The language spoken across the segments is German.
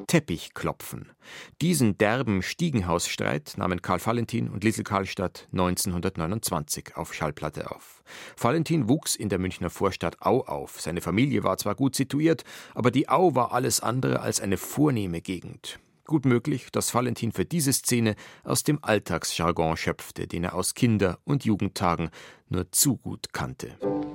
Teppichklopfen. Diesen derben Stiegenhausstreit nahmen Karl Valentin und Liesl Karlstadt 1929 auf Schallplatte auf. Valentin wuchs in der Münchner Vorstadt Au auf. Seine Familie war zwar gut situiert, aber die Au war alles andere als eine vornehme Gegend. Gut möglich, dass Valentin für diese Szene aus dem Alltagsjargon schöpfte, den er aus Kinder- und Jugendtagen nur zu gut kannte.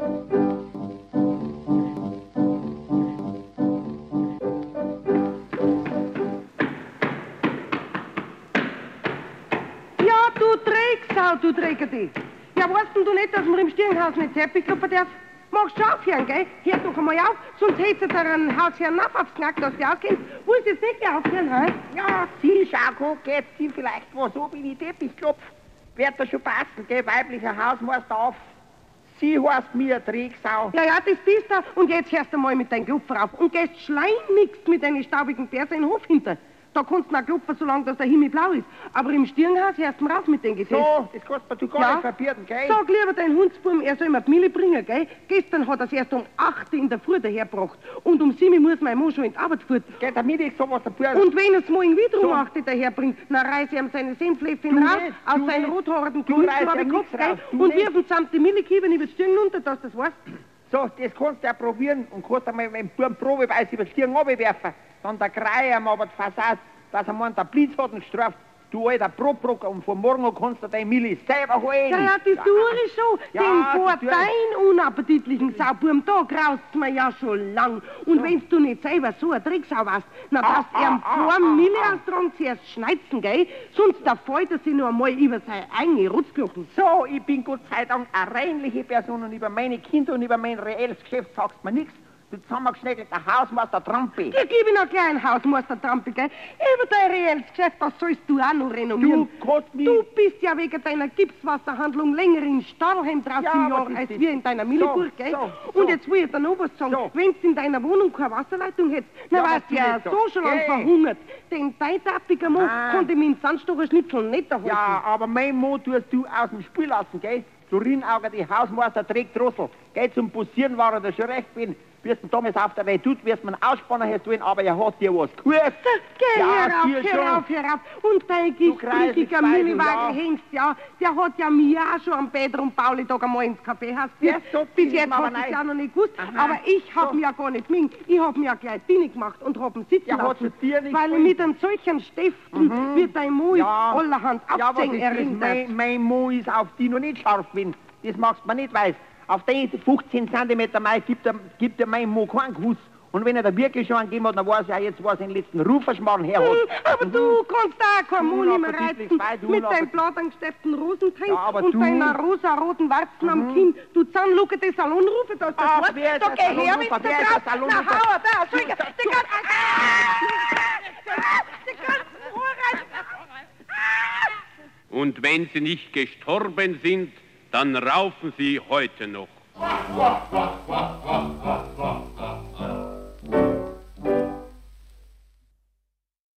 Ja, du Drecksau, du Dreckerte. Ja, weißt denn du nicht, dass man im Stirnhaus nicht Teppich klopfen darf? Machst du aufhören, gell? Hör doch einmal auf, sonst hättest du einen Hausherrn Napf aufs Knack, dass du auskennst. Willst du jetzt nicht gleich aufhören, hä? Ja, sie, Schauko, geht's dir vielleicht was ab, wie ich Teppich klopf? Wird das schon passen, gell, weiblicher Hausmeister auf. Sie heißt mir Drecksau. Ja, das bist du. Und jetzt hörst du mal mit deinem Klopfer auf und gehst schleunigst mit deinen staubigen Persen in den Hof hinter. Da kannst du noch klopfen, solange dass der Himmel blau ist. Aber im Stirnhaus hörst du raus mit den Gesetzen. So, das kannst du gar nicht verbieten, gell? Sag lieber deinen Hundsbuben, er soll mir die Mille bringen, gell? Gestern hat er es erst um 8 Uhr in der Früh dahergebracht. Und um 7 Uhr muss mein Mann schon in die Arbeit fahren. Geht damit ich sowas dafür? Und wenn er es morgen wieder um 8 Uhr daherbringt, dann reiß ich ihm seine Senfläffchen raus, aus seinen rothaarigen Gemüseladekopf, gell? Und wirf ihn samt die Millekieben über die Stirn runter, dass du das weißt. So, das kannst du ja probieren und kannst einmal mit dem Buben probeweise über die Stirn runterwerfen. Dann der Kreie ihm aber die Fassade, dass er meint, der Blitz hat ihn gestraft. Du alter Brotbrocker, und von morgen an kannst du deine Milli selber holen. Ja, das tue ich schon. Ja, Denn vor das tue ich. deinem unappetitlichen Sauburm, da graust's mir ja schon lang. Und wenn's du nicht selber so ein Drecksau warst, dann darfst du ihm vor Mille austragen, zuerst schneizen, gell? Sonst da fällt er sich noch einmal über seine eigene Rotzknochen. So, ich bin Gott sei Dank eine reinliche Person und über meine Kinder und über mein reelles Geschäft sagst du mir nichts. Du zusammengeschnägelter Hausmeister Trampi. Dir gebe ich noch gleich einen Hausmeister-Trampi, gell? Über dein reelles Geschäft, das sollst du auch noch renommieren. Du bist ja wegen deiner Gipswasserhandlung länger in Stadelheim drauf im Jahr, als wir in deiner Milleburg, gell? Und jetzt will ich dir noch was sagen. Wenn du in deiner Wohnung keine Wasserleitung hättest, dann wärst du ja so schon lang verhungert. Denn dein tappiger Mann konnte mit dem Sandstocher Schnitzel nicht erhalten. Ja, aber mein Mann tust du aus dem Spiel lassen, gell? Du Rinnauger, die Hausmeister trägt Drossel. Geh zum Bussieren, war er da schon recht bin. Wirst du damals auf der Welt tut, wirst man ausspannen, hast du ihn, aber er hat dir was gehört. Geh, hör auf. Und dein giftiger Milliwagen Hengst, ja, der hat ja mir auch schon am Peter und Pauli Tag einmal ins Kaffeehaus geführt. Ja, so bis jetzt hat es ja noch nicht gewusst, aber ich hab mir ja gar nicht mit. Ich hab mir ja gleich Dini gemacht und hab ihn sitzen lassen. Weil mit einem solchen Stiften wird dein Mann allerhand abzählen erinnert. Mein Mann ist auf die noch nicht scharf bin. Das magst du mir nicht weiß. Auf den 15 cm Mai gibt er meinem Mann keinen Kuss. Und wenn er da wirklich schon angegeben hat, dann weiß er jetzt, was er den letzten Ruferschmarrn her hat. Aber du kannst auch kein Mund mehr reizen mit deinem blattangesteppten Rosenteil und deiner rosaroten Warzen am Kinn. Du Zahnluke des Salonrufe, das das Wort. Da geh her mit der Kraft. Na, hau da, so, den ganzen Rohrreis. Und wenn sie nicht gestorben sind, dann raufen sie heute noch.